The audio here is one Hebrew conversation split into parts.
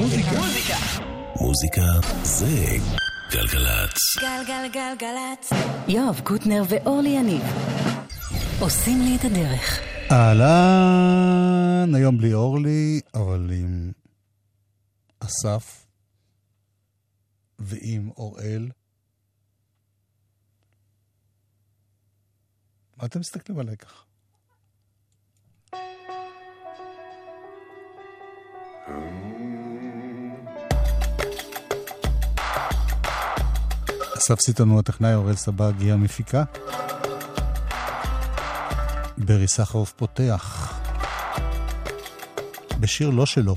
מוזיקה זה גלגלצ. גלגלגלגלצ. יואב קוטנר ואורלי יניב עושים לי את הדרך. אהלן, היום בלי אורלי, אבל עם אסף ועם אוראל. מה אתם מסתכלים עליי ככה? אסף סיטון הוא הטכנאי, אוראל סבג היא המפיקה. ברי סחרוף פותח בשיר לא שלו.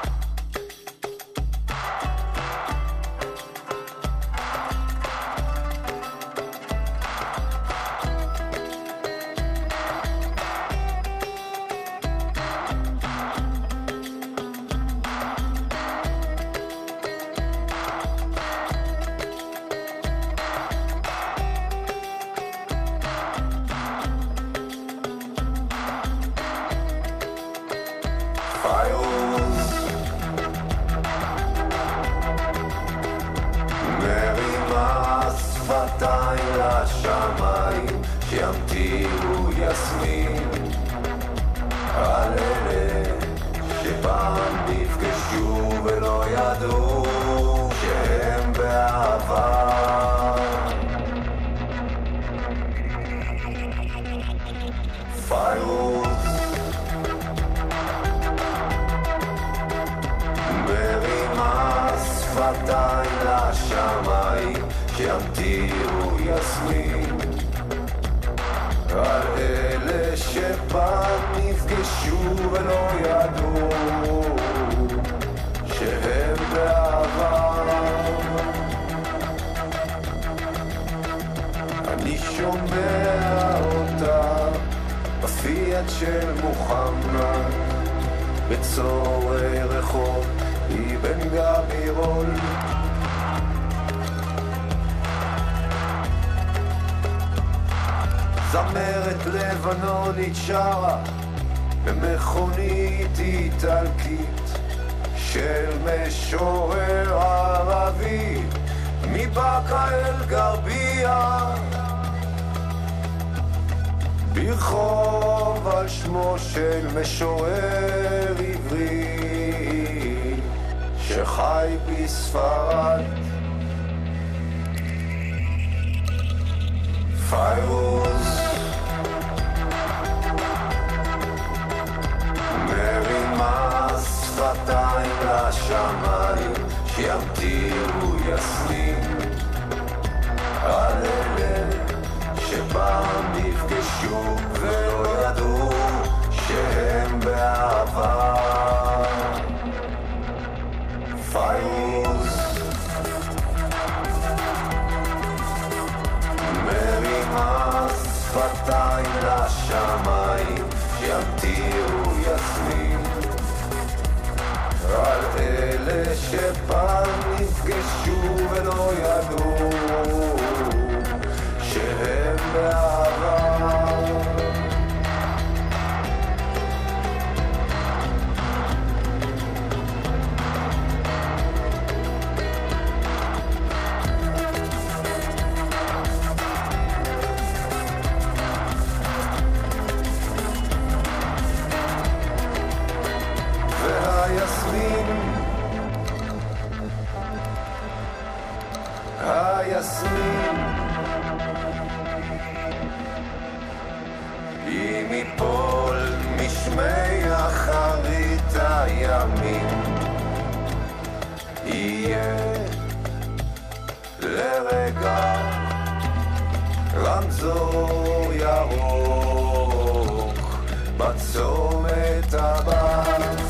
זמרת לבנונית שרה במכונית איטלקית של משורר ערבי מבאקה אל גרבייה, ברחוב על שמו של משורר עברי שחי בספרד. פיירוז מרימה שפתיים לשמיים שימטירו יסמין על אלה שפעם נפגשו ולא ידעו שהם בעבר. פיירוז מרימה שפתיים לשמיים שימטירו יסמין על אלה שפעם נפגשו ולא ידעו שהם בעבר. היסמין אם יפול משמי אחרית הימים יהיה לרגע רמזור ירוק בצומת הבא.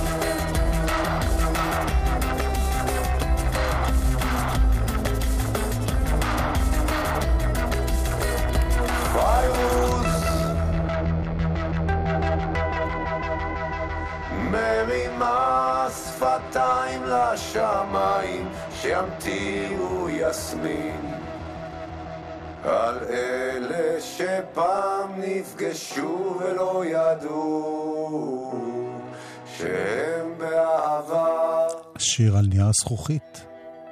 מרימה שפתיים לשמיים שימטירו יסמין על אלה שפעם נפגשו ולא ידעו שהם בעבר. שיר על נייר זכוכית.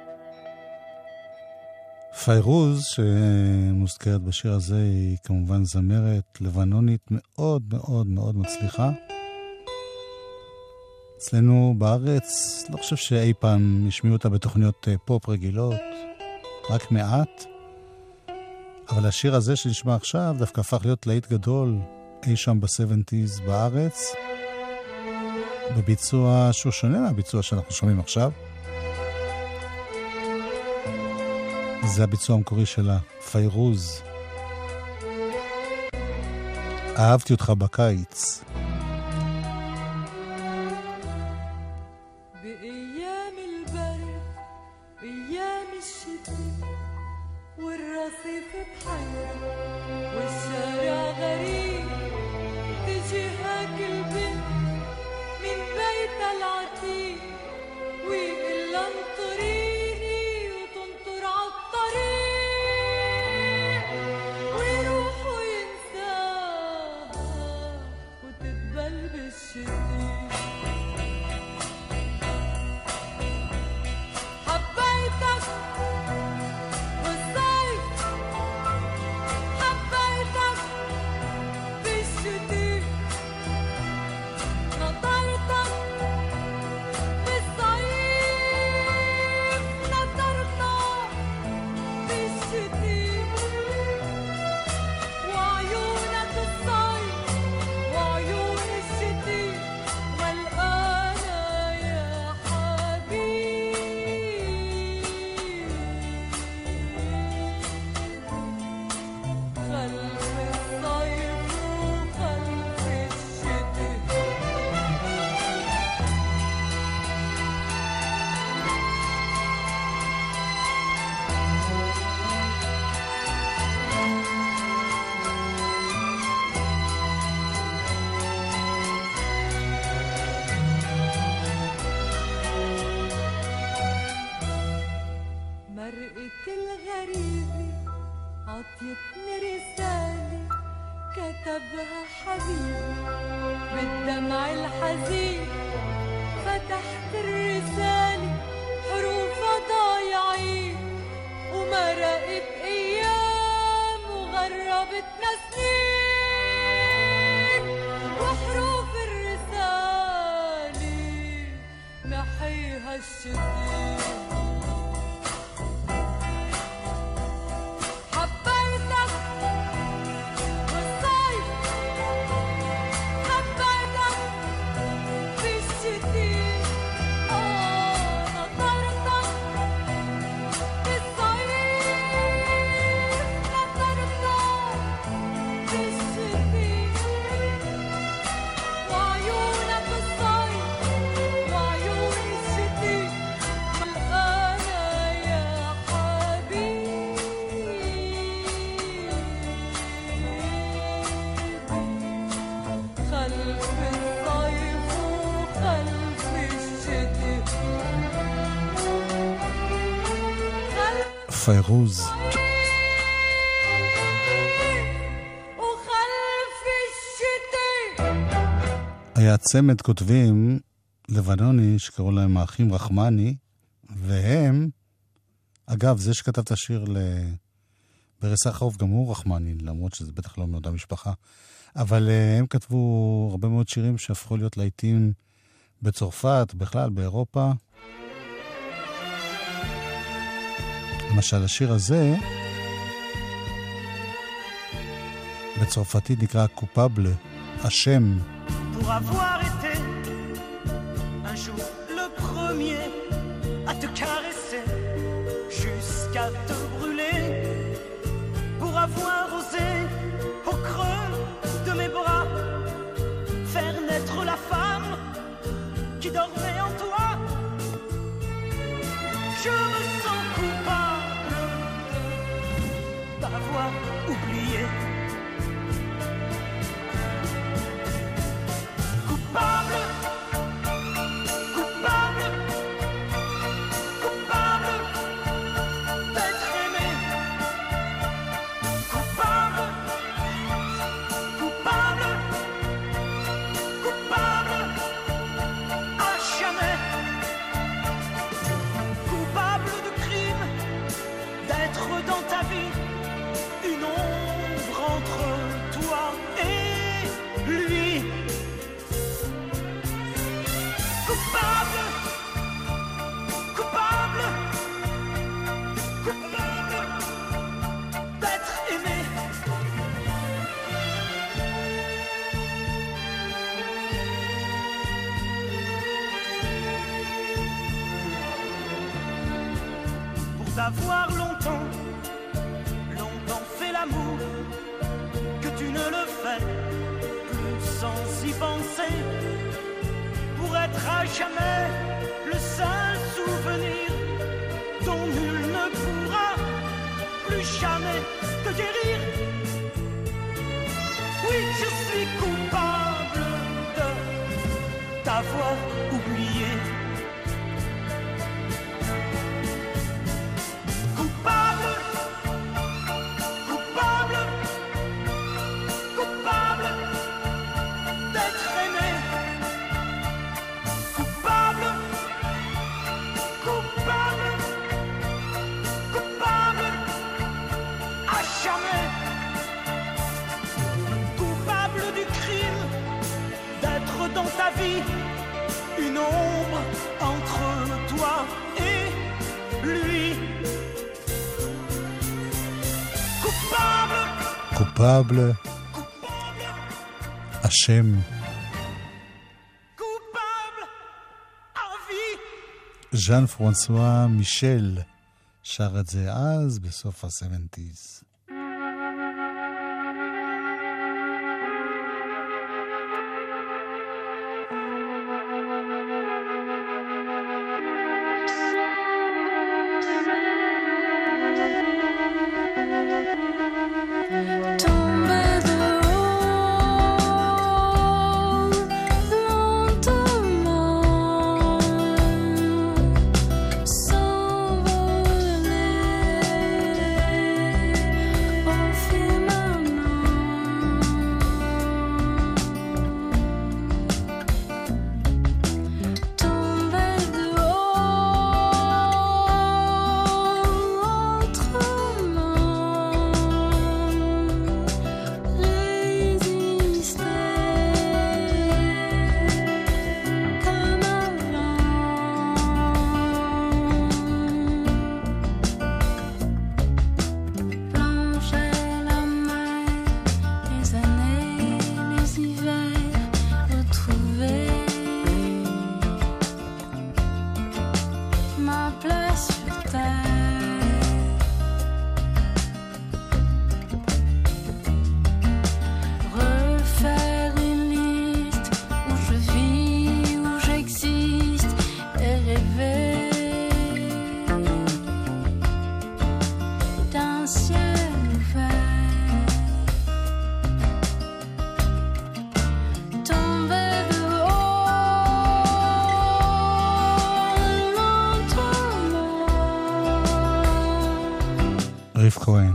פיירוז, שמוזכרת בשיר הזה, היא כמובן זמרת לבנונית מאוד מאוד מאוד מצליחה. אצלנו בארץ, לא חושב שאי פעם השמיעו אותה בתוכניות פופ רגילות, רק מעט. אבל השיר הזה שנשמע עכשיו דווקא הפך להיות להיט גדול אי שם ב-70s בארץ, בביצוע שהוא שונה מהביצוע שאנחנו שומעים עכשיו. זה הביצוע המקורי שלה, פיירוז. אהבתי אותך בקיץ. بأيام البرد أيام الشتاء والرصيف بحيرة والشارع غريب تجيهاك البنت من بيت العتيق ويقول انطريني وتنطر عالطريق ويروح وينساها وتتبل بالشتاء. حبيتك بالصيف حبيتك بالشتاء نطرتك بالصيف نطرتك بالشتاء وعيونك الصيف وعيون الشتاء ملقانا يا حبيبي خلف الصيف وخلف الشتاء. مرقة الغريبة عطيتني رسالة كتبها حبيبي بالدمع الحزين فتحت الرسالة حروفها ضايعين ومرقت أيام وغربتنا سنين وحروف الرسالة محيها الشتاء. حبيتك بالصيف حبيتك بالشتاء نطرتك بالصيف نطرتك بالشتاء وعيونك الصيف وعيون الشتاء ملقانا يا حبيبي خلف الصيف وخلف الشتاء خلف פיירוז. وخلف الشتاء. היה צמד כותבים לבנוני שקראו להם האחים רחמני, והם, אגב, זה שכתב את השיר ברי סחרוף גם הוא רחמני, למרות שזה בטח לא מאותה משפחה, אבל הם כתבו הרבה מאוד שירים שהפכו להיות להיטים בצרפת, בכלל באירופה. למשל השיר הזה בצרפתית נקרא קופבל, אשם. Pour avoir été un jour le premier à te caresser jusqu'à te brûler, pour avoir osé au creux de mes bras faire naître la femme qui dormait en toi. Je me sens coupable de t'avoir oublié. Coupable, coupable, coupable d'être aimé. Coupable d'être dans ta vie une ombre entre toi et lui. Coupable, coupable, coupable d'être aimé. Pour t'avoir longtemps fait l'amour, que tu ne le fais plus sans y penser, pour être à jamais le seul souvenir dont nul ne pourra plus jamais te guérir. Oui, je suis coupable de t'avoir oublié. Dans ta vie, une ombre entre toi et lui. Coupable, coupable, אשם. coupable à vie. ז'אן פרנסואה מישל שר את זה אז בסוף ה-70s. ריף כהן.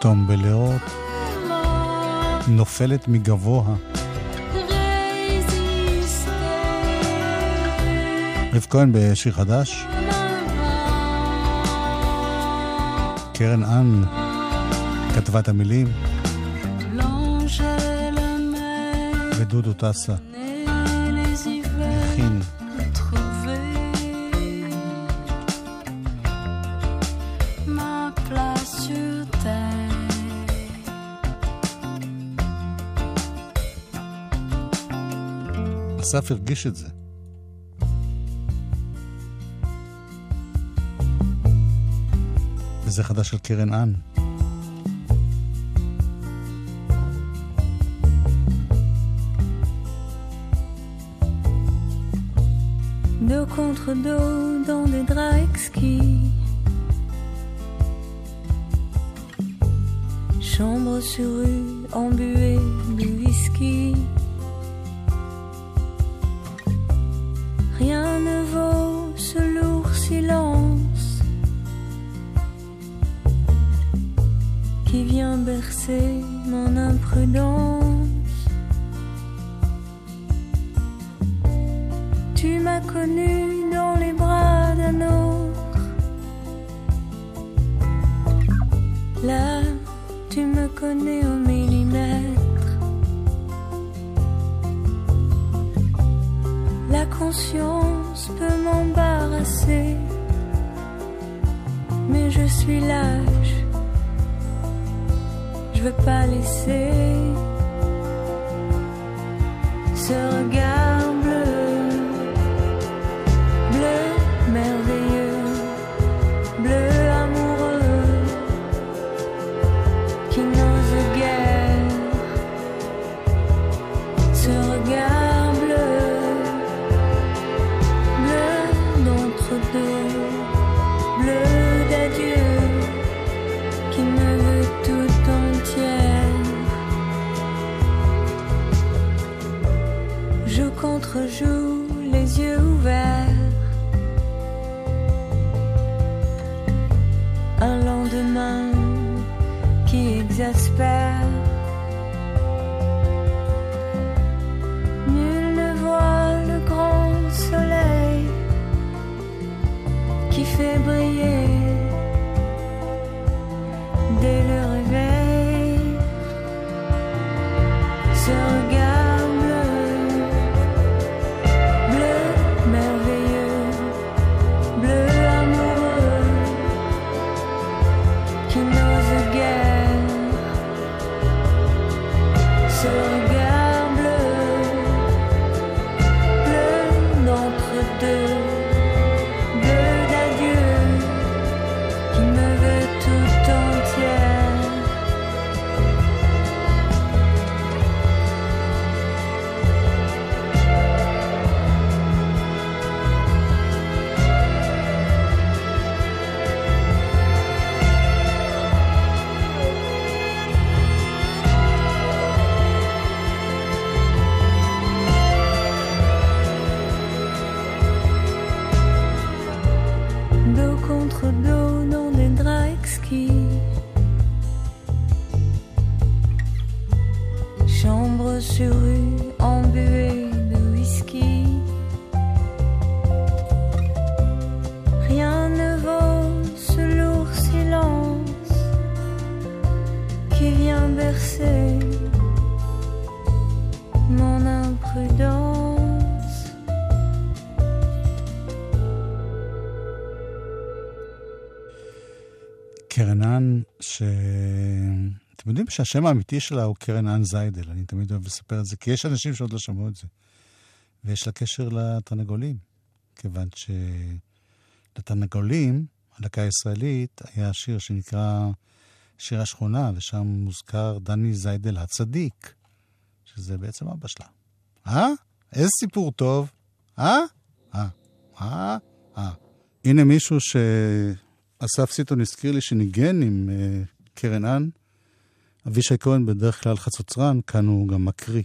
טומבלאות, נופלת מגבוה. רב כהן בשיר חדש. קרן אן כתבה את המילים, ודודו טסה הכין. אסף הרגיש את זה. וזה חדש של קרן אן. Dos contre dos dans des draps exquis, chambre sur rue embuée de whisky. Rien ne vaut ce lourd silence qui vient bercer mon imprudence. Tu m'as connu dans les bras d'un autre. Là, tu me connais au millimètre. La conscience peut m'embarrasser, mais je suis lâche. Je veux pas laisser ce regard bleu, bleu merveilleux, bleu amoureux, qui n'ose guère. Ce regard bleu, bleu d'entre-deux, bleu d'adieu, qui me veut tout entière. Joue contre joue, les yeux ouverts. Un lendemain qui exaspère. Nul ne voit le grand soleil qui fait briller dès le réveil ce regard bleu, bleu merveilleux, bleu amoureux, qui n'ose guère. Ce regard bleu, bleu d'entre-deux, bleu d'adieu, qui me veut tout entière. Dos contre dos dans des draps exquis, chambre sur rue embuée de whisky. Rien ne vaut ce lourd silence qui vient bercer mon imprudence. קרן אן, אתם יודעים שהשם האמיתי שלה הוא קרן אן זיידל. אני תמיד אוהב לספר את זה, כי יש אנשים שעוד לא שמעו את זה. ויש לה קשר לתרנגולים, כיוון שלתרנגולים, הלהקה הישראלית, היה שיר שנקרא שיר השכונה, ושם מוזכר דני זיידל הצדיק, שזה בעצם אבא שלה. איזה סיפור טוב. הנה מישהו אסף סיטון הזכיר לי שניגן עם קרן אן, אבישי כהן בדרך כלל חצוצרן, כאן הוא גם מקריא.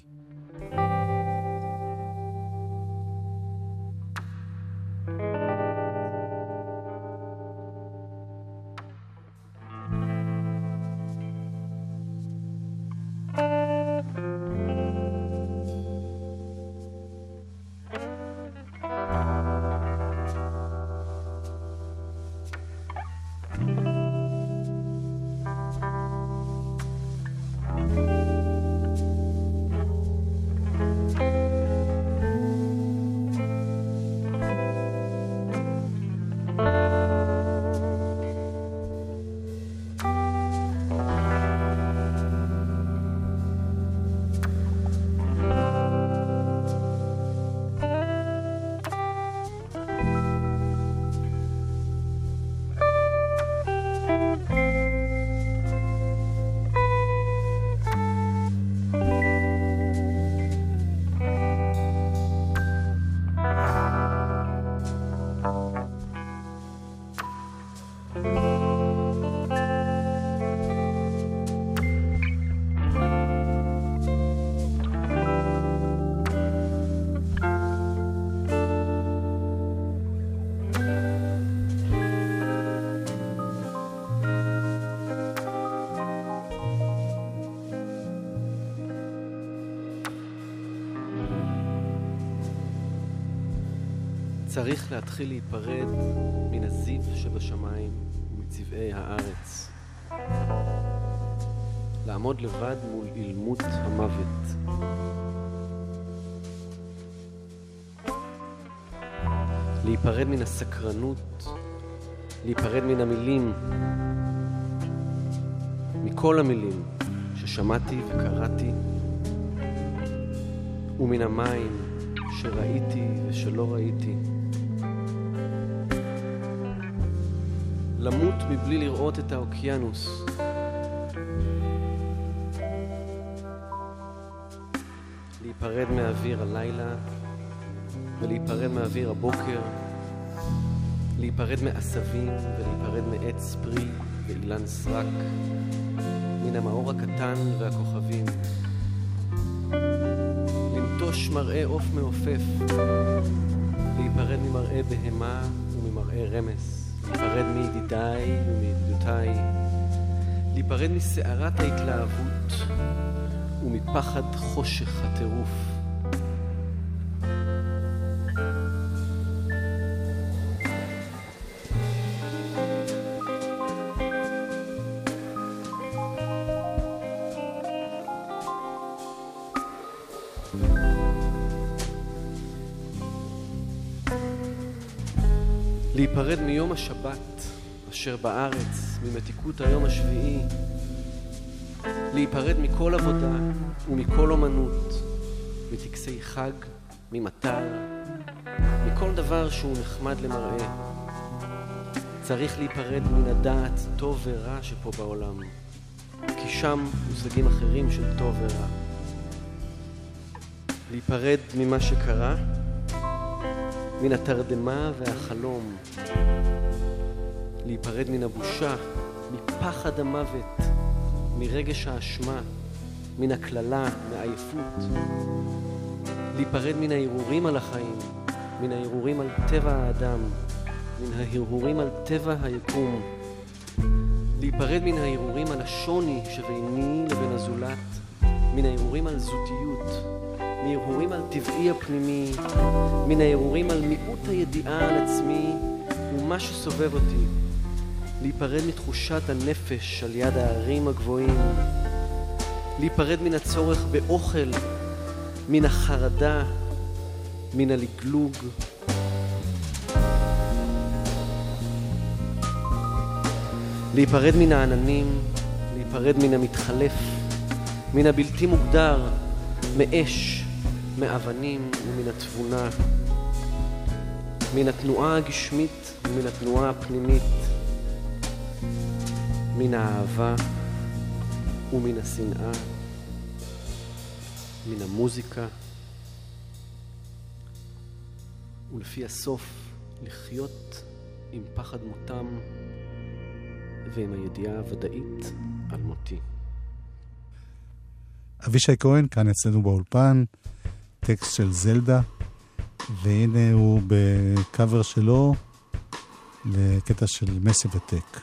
צריך להתחיל להיפרד מן הזיו שבשמיים ומצבעי הארץ. לעמוד לבד מול אילמות המוות. להיפרד מן הסקרנות, להיפרד מן המילים, מכל המילים ששמעתי וקראתי, ומן המים שראיתי ושלא ראיתי. למות מבלי לראות את האוקיינוס. להיפרד מאוויר הלילה ולהיפרד מאוויר הבוקר, להיפרד מעשבים ולהיפרד מעץ פרי ואילן סרק, מן המאור הקטן והכוכבים. לנטוש מראה עוף מעופף, להיפרד ממראה בהמה וממראה רמס, להיפרד מידידיי ומידידותיי, להיפרד מסערת ההתלהבות ומפחד חושך הטירוף. להיפרד מיום השבת אשר בארץ, ממתיקות היום השביעי, להיפרד מכל עבודה ומכל אומנות, מטקסי חג, ממטר, מכל דבר שהוא נחמד למראה. צריך להיפרד מן הדעת טוב ורע שפה בעולם, כי שם מושגים אחרים של טוב ורע. להיפרד ממה שקרה, מן התרדמה והחלום, להיפרד מן הבושה, מפחד המוות, מרגש האשמה, מן הכללה, מעייפות, להיפרד מן ההרהורים על החיים, מן ההרהורים על טבע האדם, מן ההרהורים על טבע היקום, להיפרד מן ההרהורים על השוני שביני לבין הזולת, מן ההרהורים על זותיות, מהרהורים על טבעי הפנימי, מן ההרהורים על מיעוט הידיעה על עצמי ומה שסובב אותי, להיפרד מתחושת הנפש על יד הערים הגבוהים, להיפרד מן הצורך באוכל, מן החרדה, מן הלגלוג. להיפרד מן העננים, להיפרד מן המתחלף, מן הבלתי מוגדר, מאש, מאבנים ומן התבונה, מן התנועה הגשמית ומן התנועה הפנימית, מן האהבה ומן השנאה, מן המוזיקה, ולפי הסוף לחיות עם פחד מותם ועם הידיעה הוודאית על מותי. אבישי כהן כאן אצלנו באולפן, טקסט של זלדה, והנה הוא בקאבר שלו לקטע של מסי וטק.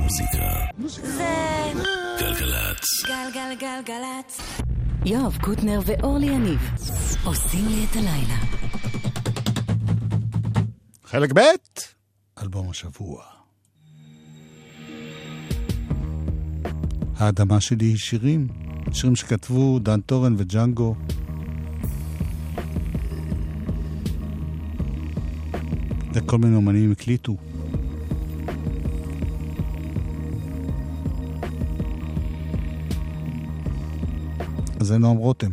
המוזיקה זה גלגלצ. גלגלצ. יואב קוטנר ואורלי יניב עושים לי את הלילה. חלק ב' אלבום השבוע. האדמה שלי היא שירים שכתבו דן טורן וג'אנגו. וכל מיני אומנים הקליטו. אז זה נועם רותם.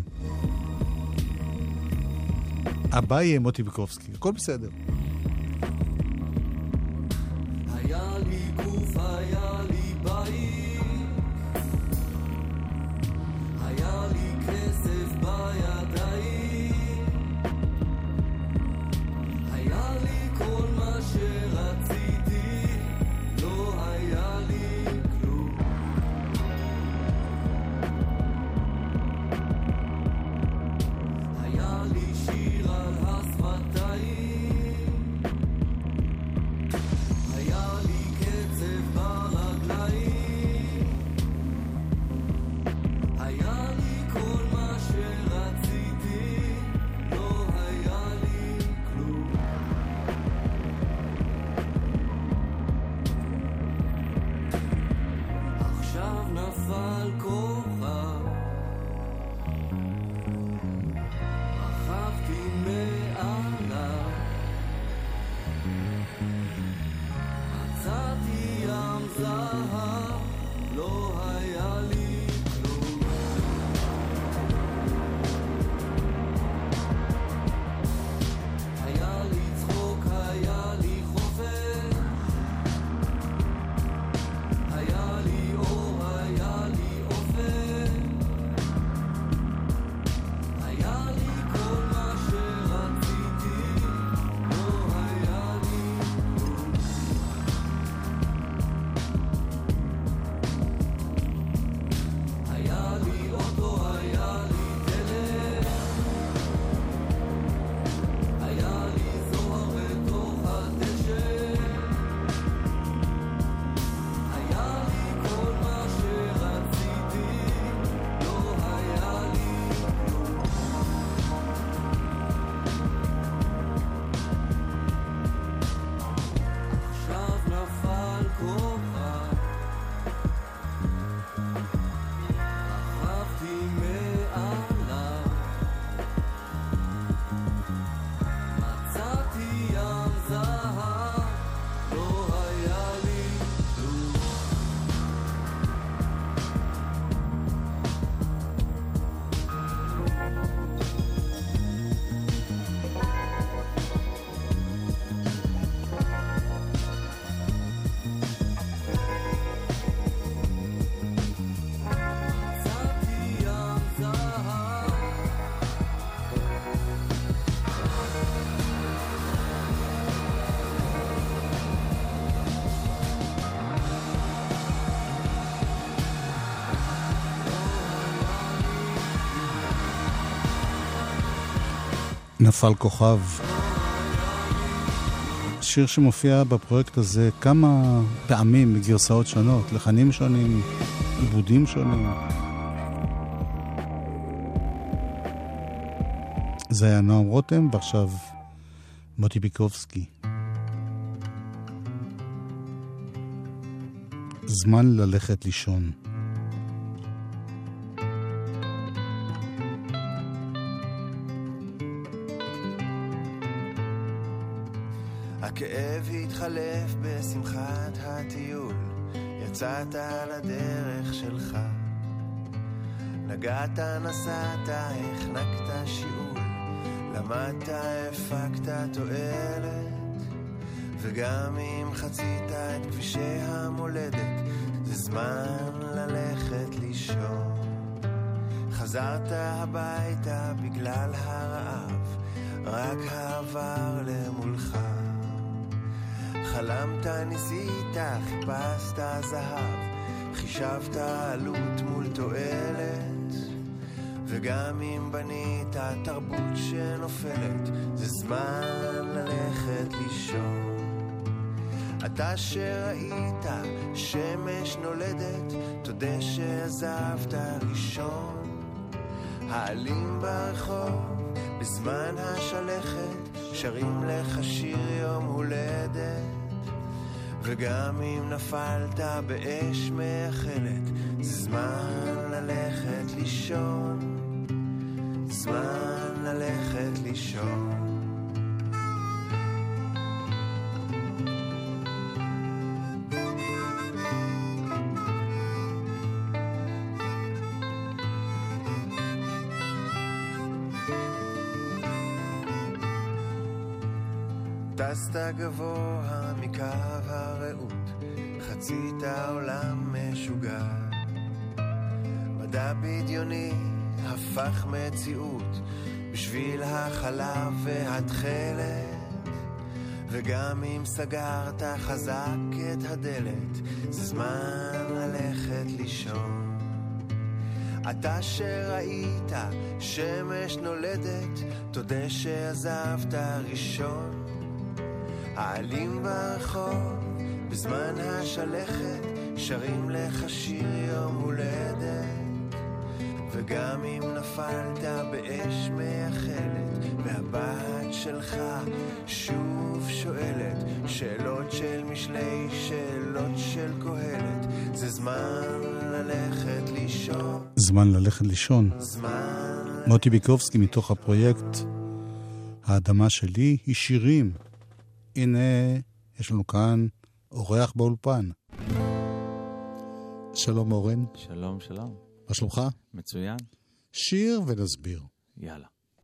הבא יהיה מוטי ביקובסקי. הכל בסדר. היה לי גוף, היה לי בית, היה לי כסף בידיים, היה לי כל מה שרציתי, לא היה לי כלום. היה לי שיר על השפתיים, היה לי קצב ברגליים, היה לי כל מה שרציתי, לא היה לי כלום. עכשיו נפל כוכב, רכבתי מעליו, מצאתי ים זהב, לא היה לי כלום. היה לי צחוק, היה לי חופש, היה לי אור, היה לי אופן, היה לי כל מה שרציתי, לא היה לי כלום. היה לי אוטו, היה לי דלק, היה לי זוהר בתוך הדשא, היה לי כל מה שרציתי, לא היה לי כלום. עכשיו נפל כוכב, רכבתי מעליו, מצאתי ים זהב, לא היה לי כלום. מצאתי ים זהב, נפל כוכב. שיר שמופיע בפרויקט הזה כמה פעמים בגרסאות שונות, לחנים שונים, עיבודים שונים. זה היה נועם רותם, ועכשיו מוטי ביקובסקי. זמן ללכת לישון. הכאב התחלף בשמחת הטיול, יצאת לדרך שלך, נגעת, נסעת, החנקת שיעול, למדת, הפקת תועלת, וגם אם חצית את כבישי המולדת, זה זמן ללכת לישון. חזרת הביתה בגלל הרעב, רק העבר למולך, חלמת, ניסית, חיפשת זהב, חישבת עלות מול תועלת, וגם אם בנית תרבות שנופלת, זה זמן ללכת לישון. אתה שראית שמש נולדת, תודה שעזבת ראשון. העלים ברחוב בזמן השלכת, שרים לך שיר יום הולדת. וגם אם נפלת באש מאכלת, זה זמן ללכת לישון, זמן ללכת לישון. טסת גבוה מקו הרעות, חצית העולם משוגע. מדע בדיוני הפך מציאות בשביל החלב והתכלת. וגם אם סגרת חזק את הדלת, זה זמן ללכת לישון. אתה שראית שמש נולדת, תודה שעזבת ראשון. העלים ברחוב בזמן השלכת, שרים לך שיר יום הולדת. וגם אם נפלת באש מאכלת, והבת שלך שוב שואלת שאלות של משלי, שאלות של קהלת, זה זמן ללכת לישון, זמן ללכת לישון. זמן... מוטי ביקובסקי מתוך הפרויקט האדמה שלי היא שירים. הנה, יש לנו כאן אורח באולפן. שלום אורן. שלום, שלום. מה שלומך? מצוין. שיר ונסביר. יאללה.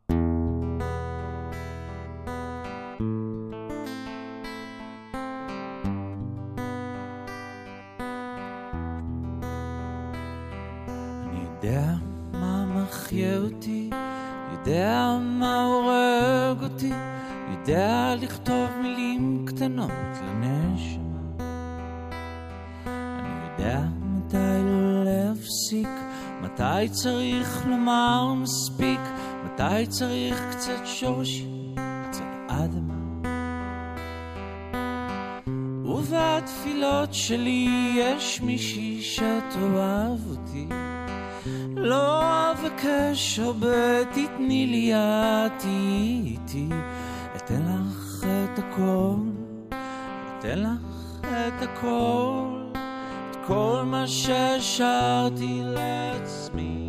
אני יודע מה מחיה אותי, יודע מה הורג אותי, יודע לכתוב מילים קטנות לנשמה. אני יודע מתי לא להפסיק, מתי צריך לומר מספיק, מתי צריך קצת שורשים, קצת אדמה. ובתפילות שלי יש מישהי שתאהב אותי, לא אבקש הרבה, תתני לי את איתי. אתן לך את הכל, אתן לך את הכל, את כל מה ששרתי לעצמי.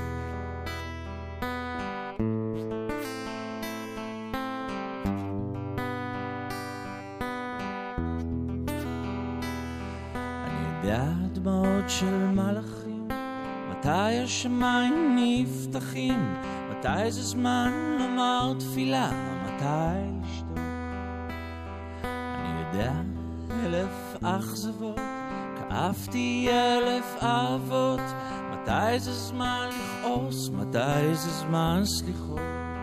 אני יודע דמעות של מלאכים, מתי השמיים נפתחים, מתי זה זמן לומר תפילה, מתי לשתוק. אני יודע 1000 אכזבות, כאפתי 1000 אהבות, מתי זה זמן לכעוס, מתי זה זמן סליחות.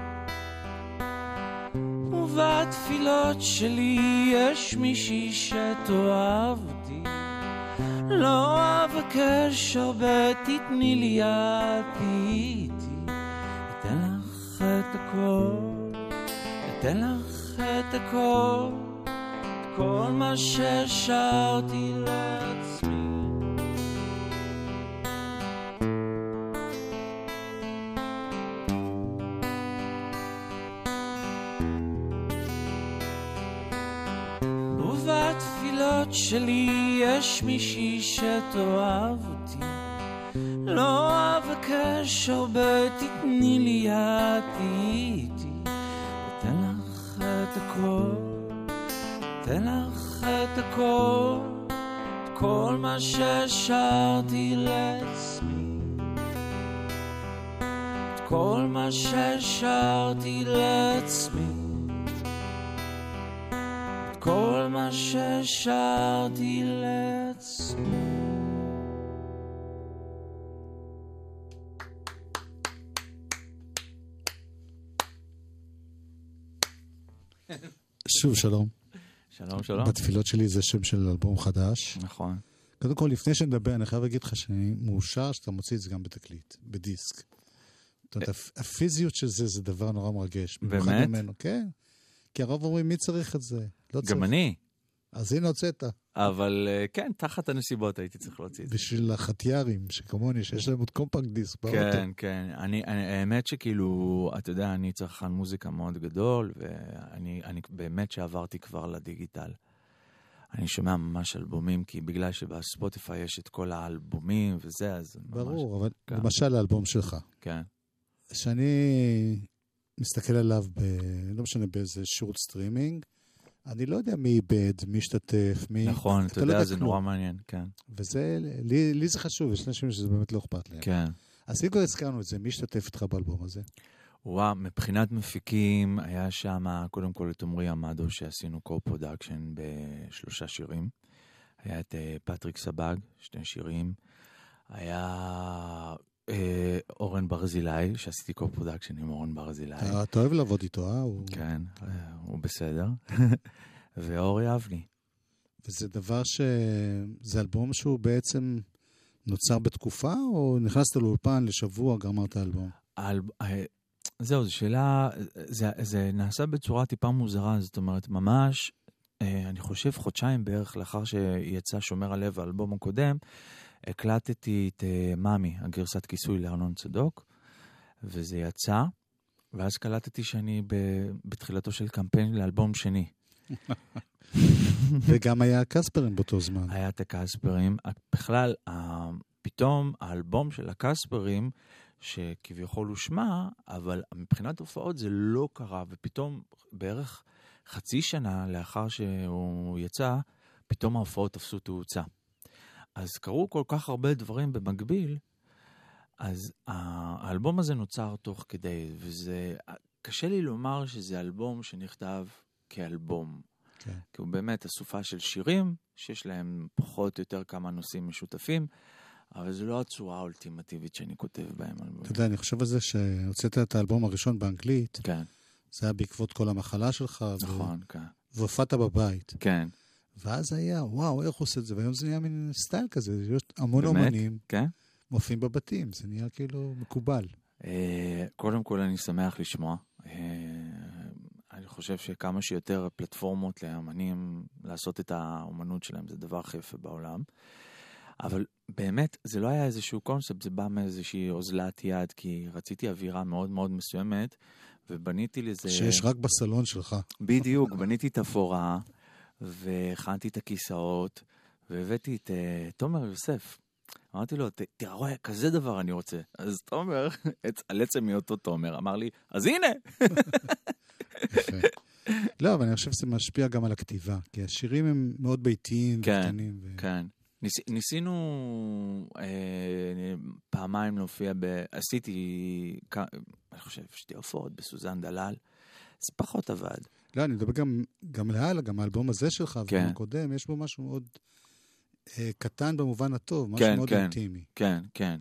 ובתפילות שלי יש מישהי שתאהב אותי, לא אבקש הרבה, תתני לי את איתי. אתן לך את הכל, אתן לך את הכל, את כל מה ששרתי לעצמי. ובתפילות שלי יש מישהי שתאהב אותי, לא אבקש הרבה, תתני לי את איתי. אתן לך את הכל, אתן לך את הכל, את כל מה ששרתי לעצמי, את כל מה ששרתי לעצמי, את כל מה ששרתי לעצמי. שוב שלום. שלום, שלום. בתפילות שלי זה שם של אלבום חדש. נכון. קודם כל, לפני שנדבר, אני חייב להגיד לך שאני מאושר שאתה מוציא את זה גם בתקליט, בדיסק. זאת אומרת, הפיזיות של זה זה דבר נורא מרגש. באמת? ממנו, כן. כי הרוב אומרים, מי צריך את זה? לא צריך. גם אני. אז הנה הוצאת. אבל כן, תחת הנסיבות הייתי צריך להוציא את זה. בשביל החטיירים, שכמוני, שיש להם עוד קומפקט דיסק באוטו. כן, כן. האמת שכאילו, אתה יודע, אני צרכן מוזיקה מאוד גדול, ואני באמת שעברתי כבר לדיגיטל. אני שומע ממש אלבומים, כי בגלל שבספוטיפיי יש את כל האלבומים וזה, אז ברור, אבל למשל האלבום שלך. כן. שאני מסתכל עליו, לא משנה באיזה שירות סטרימינג, אני לא יודע מי איבד, מי השתתף, מי... נכון, אתה יודע, זה נורא מעניין, כן. וזה, לי זה חשוב, יש אנשים שזה באמת לא אכפת להם. כן. אז אם כבר הזכרנו את זה, מי השתתף איתך באלבום הזה? וואו, מבחינת מפיקים, היה שם קודם כל את עמרי עמדו, שעשינו קו-פרודקשן ב3 שירים. היה את פטריק סבג, 2 שירים. היה אורן ברזילי, שעשיתי קו-פרודקשן עם אורן ברזילי. אתה אוהב לעבוד איתו, כן, הוא בסדר. ואורי אבני. וזה דבר זה אלבום שהוא בעצם נוצר בתקופה, או נכנסת לאולפן לשבוע, גמרת האלבום? זהו, זו שאלה, זה נעשה בצורה טיפה מוזרה, זאת אומרת, ממש, אני חושב חודשיים בערך לאחר שיצא שומר הלב האלבום הקודם, הקלטתי את מאמי, הגרסת כיסוי לארנון צדוק, וזה יצא, ואז קלטתי שאני בתחילתו של קמפיין לאלבום שני. וגם היה הקספרים באותו זמן. היה את הקספרים. בכלל, פתאום האלבום של הקספרים, שכביכול הוא שמה, אבל מבחינת הופעות זה לא קרה, ופתאום בערך חצי שנה לאחר שהוא יצא, פתאום ההופעות תפסו תאוצה. אז קרו כל כך הרבה דברים במקביל, אז האלבום הזה נוצר תוך כדי, וזה קשה לי לומר שזה אלבום שנכתב כאלבום. כן. כי הוא באמת אסופה של שירים, שיש להם פחות או יותר כמה נושאים משותפים, אבל זו לא הצורה האולטימטיבית שאני כותב בהם. אתה יודע, אני חושב על זה שהוצאת את האלבום הראשון באנגלית. כן. זה היה בעקבות כל המחלה שלך. נכון, כן. והופעת בבית. כן. ואז היה, וואו, איך עושה את זה? והיום זה נהיה מין סטייל כזה, יש המון אומנים. כן? מופיעים בבתים, זה נהיה כאילו מקובל. קודם כל אני שמח לשמוע. אני חושב שכמה שיותר פלטפורמות לאמנים לעשות את האומנות שלהם, זה דבר הכי יפה בעולם. אבל באמת, זה לא היה איזשהו קונספט, זה בא מאיזושהי אוזלת יד, כי רציתי אווירה מאוד מאוד מסוימת, ובניתי לזה... שיש רק בסלון שלך. בדיוק, בניתי את אפורה, והכנתי את הכיסאות, והבאתי את תומר יוסף. אמרתי לו, תראה, כזה דבר אני רוצה. אז תומר, על עצם מאותו תומר, אמר לי, אז הנה! יפה. לא, אבל אני חושב שזה משפיע גם על הכתיבה, כי השירים הם מאוד ביתיים וקטנים. כן. ניסינו פעמיים להופיע, עשיתי, אני חושב, 2 הופעות בסוזן דלל, זה פחות עבד. לא, אני מדבר גם להלאה, גם האלבום הזה שלך, והאלבום הקודם, יש בו משהו מאוד קטן במובן הטוב, משהו מאוד אינטימי. כן, כן.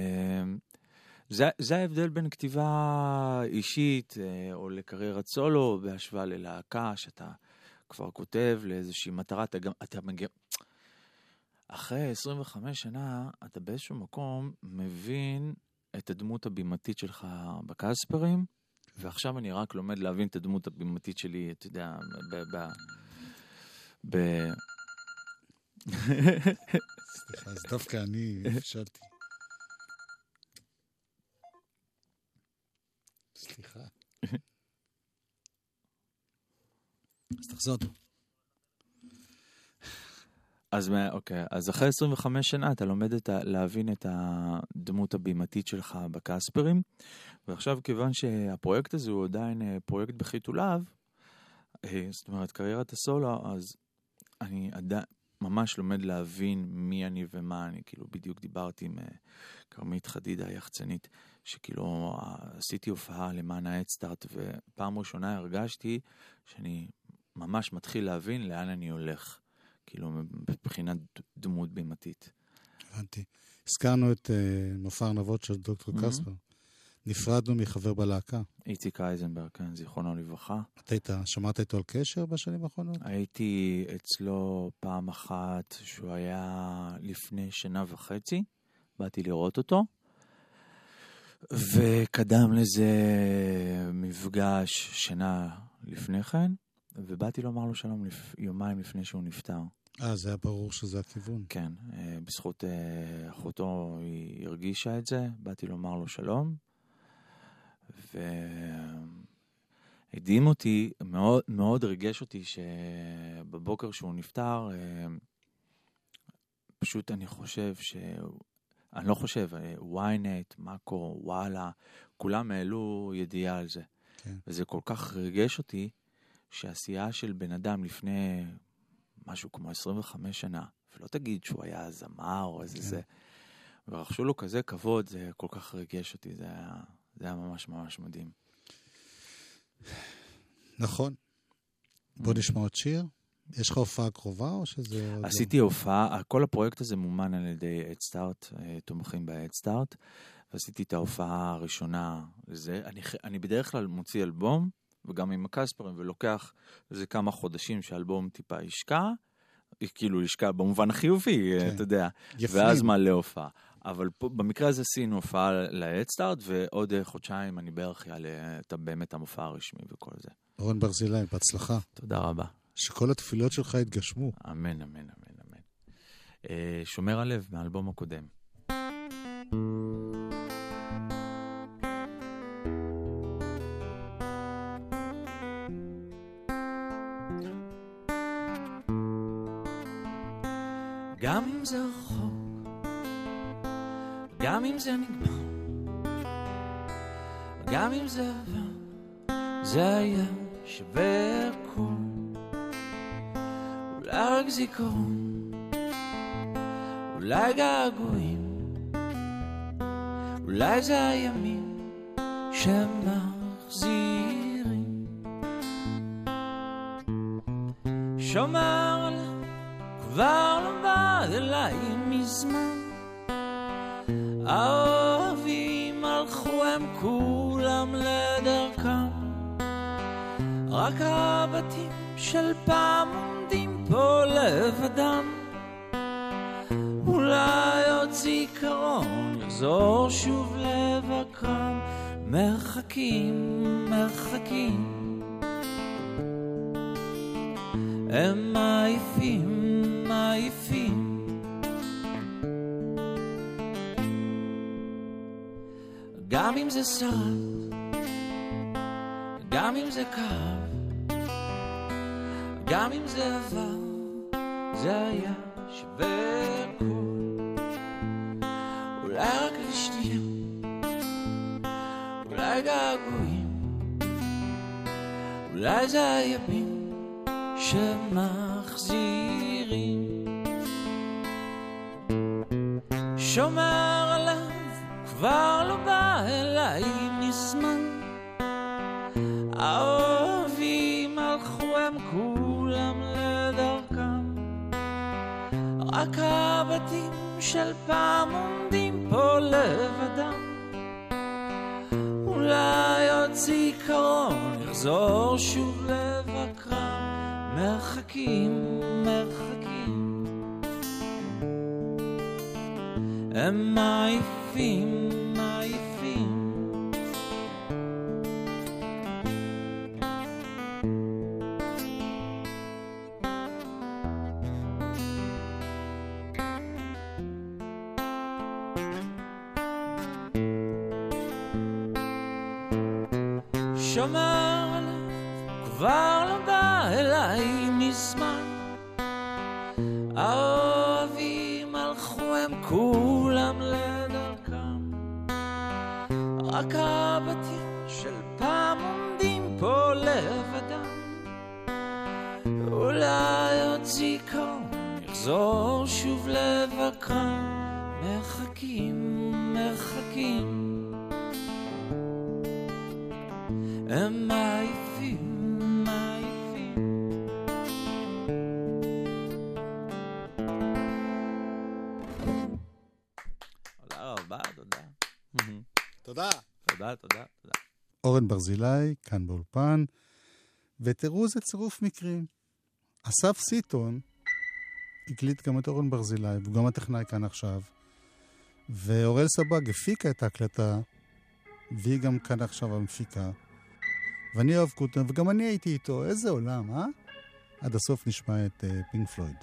זה ההבדל בין כתיבה אישית או לקריירת סולו בהשוואה ללהקה, שאתה כבר כותב לאיזושהי מטרה, אתה מגיע... אחרי 25 שנה, אתה באיזשהו מקום מבין את הדמות הבימתית שלך בקספרים, ועכשיו אני רק לומד להבין את הדמות הבימתית שלי, אתה יודע, סליחה, אז דווקא אני אפשרתי. סליחה. אז תחזור. אז אוקיי, אז אחרי 25 שנה אתה לומד להבין את הדמות הבימתית שלך בקספרים, ועכשיו כיוון שהפרויקט הזה הוא עדיין פרויקט בחיתוליו, זאת אומרת קריירת הסולו, אז אני עדיין ממש לומד להבין מי אני ומה אני, כאילו בדיוק דיברתי עם כרמית חדידה היחצנית, שכאילו עשיתי הופעה למען ההדסטארט, ופעם ראשונה הרגשתי שאני ממש מתחיל להבין לאן אני הולך. כאילו, מבחינת דמות בימתית. הבנתי. הזכרנו את מופע ארנבות של דוקטור קספר. נפרדנו מחבר בלהקה. איציק אייזנברג, כן, זיכרונו לברכה. שמעת איתו על קשר בשנים האחרונות? הייתי אצלו פעם אחת, שהוא היה לפני 1.5 שנה. באתי לראות אותו. וקדם לזה מפגש שנה לפני כן. ובאתי לומר לו שלום יומיים לפני שהוא נפטר. זה היה ברור שזה הכיוון. כן, בזכות אחותו היא הרגישה את זה, באתי לומר לו שלום, והדהים אותי, מאוד, מאוד ריגש אותי שבבוקר שהוא נפטר, פשוט אני חושב אני לא חושב, ynet, מאקו, וואלה, כולם העלו ידיעה על זה. כן. וזה כל כך ריגש אותי, שעשייה של בן אדם לפני משהו כמו 25 שנה, ולא תגיד שהוא היה זמר או איזה זה, ורחשו לו כזה כבוד, זה כל כך ריגש אותי, זה היה ממש ממש מדהים. נכון. בוא נשמע עוד שיר. יש לך הופעה קרובה או שזה... עשיתי הופעה, כל הפרויקט הזה מומן על ידי הדסטארט, תומכים בהדסטארט, ועשיתי את ההופעה הראשונה לזה. אני בדרך כלל מוציא אלבום, וגם עם הקספרים, ולוקח איזה כמה חודשים שהאלבום טיפה ישקע, כאילו ישקע במובן החיובי, אתה יודע, ואז מעלה הופעה. אבל פה, במקרה הזה עשינו הופעה להדסטארט, ועוד חודשיים אני בערך יעלה באמת המופע הרשמי וכל זה. אורן ברזילי, בהצלחה. תודה רבה. שכל התפילות שלך יתגשמו. אמן, אמן, אמן, אמן. שומר הלב מהאלבום הקודם. גם אם זה רחוק, גם אם זה נגמר, גם אם זה עבר, זה היה שווה הכל. אולי רק זיכרון, אולי געגועים, אולי זה הימים שמחזירים. שומר עליו, כבר לא בא אליי מזמן. האוהבים הלכו הם כולם לדרכם, רק הבתים של פעם עומדים פה לבדם. אולי עוד זיכרון יחזור שוב לבקרם. מחכים, מחכים, הם מעיפים, מעיפים. גם אם זה סרט, גם אם זה כאב, גם אם זה עבר, זה היה שווה הכל. אולי רק לשנייה, אולי געגועים, אולי זה הימים שמחזירים. שומר עליו, כבר לא בא אליי מזמן. האוהבים הלכו הם כולם לדרכם, רק הבתים של פעם עומדים פה לבדם. אולי עוד זיכרון יחזור שוב לבקרם. מחכים, מחכים, הם מעיפים, מעיפים. שומר עליו, כבר לא בא אליי מזמן. האוהבים הלכו הם כולם לדרכם, רק הבתים של פעם עומדים פה לבדם. אולי עוד זיכרון יחזור שוב לבקרם. מחכים, מחכים, הם מעיפים, מעיפים. תודה רבה, תודה. תודה. תודה, תודה, תודה. אורן ברזילי, כאן באולפן, ותראו איזה צירוף מקרים. אסף סיטון הקליט גם את אורן ברזילי, והוא גם הטכנאי כאן עכשיו, ואורל סבג הפיקה את ההקלטה, והיא גם כאן עכשיו המפיקה. ואני יואב קוטנר, וגם אני הייתי איתו. איזה עולם, אה? עד הסוף נשמע את פינק פלויד.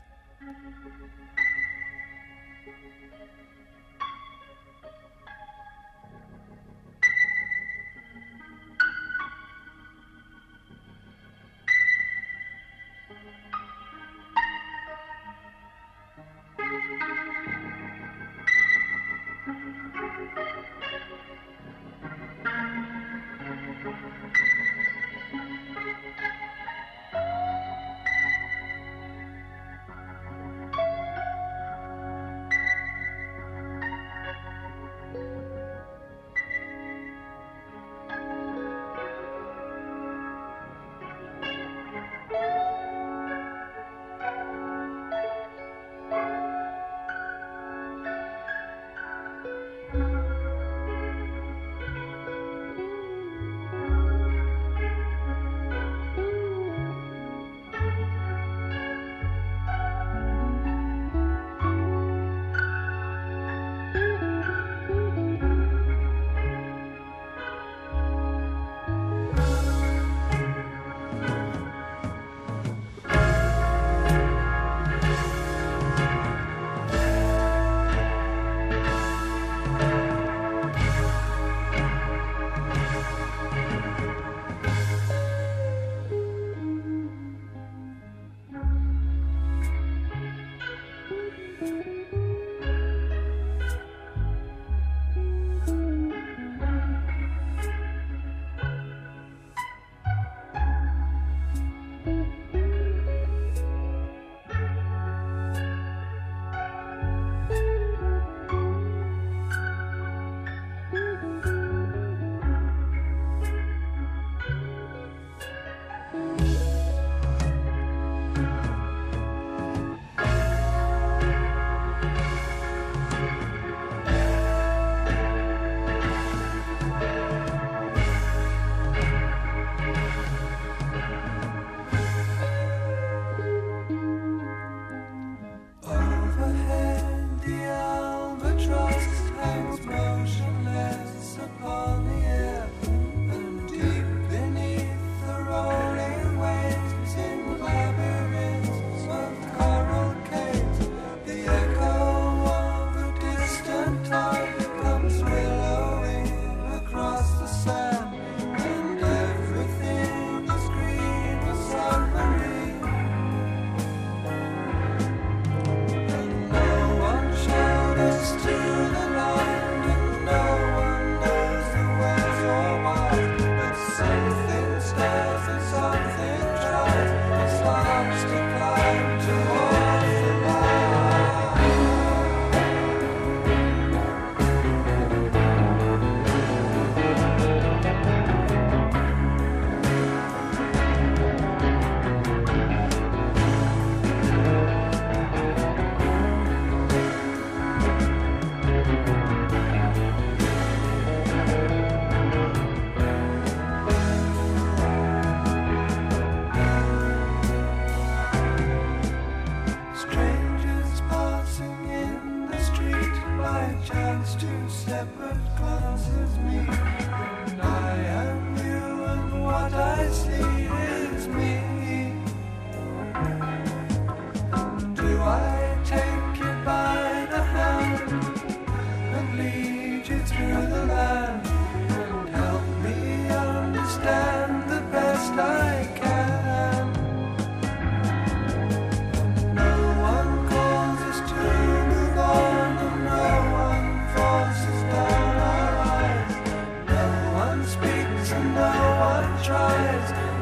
No one tries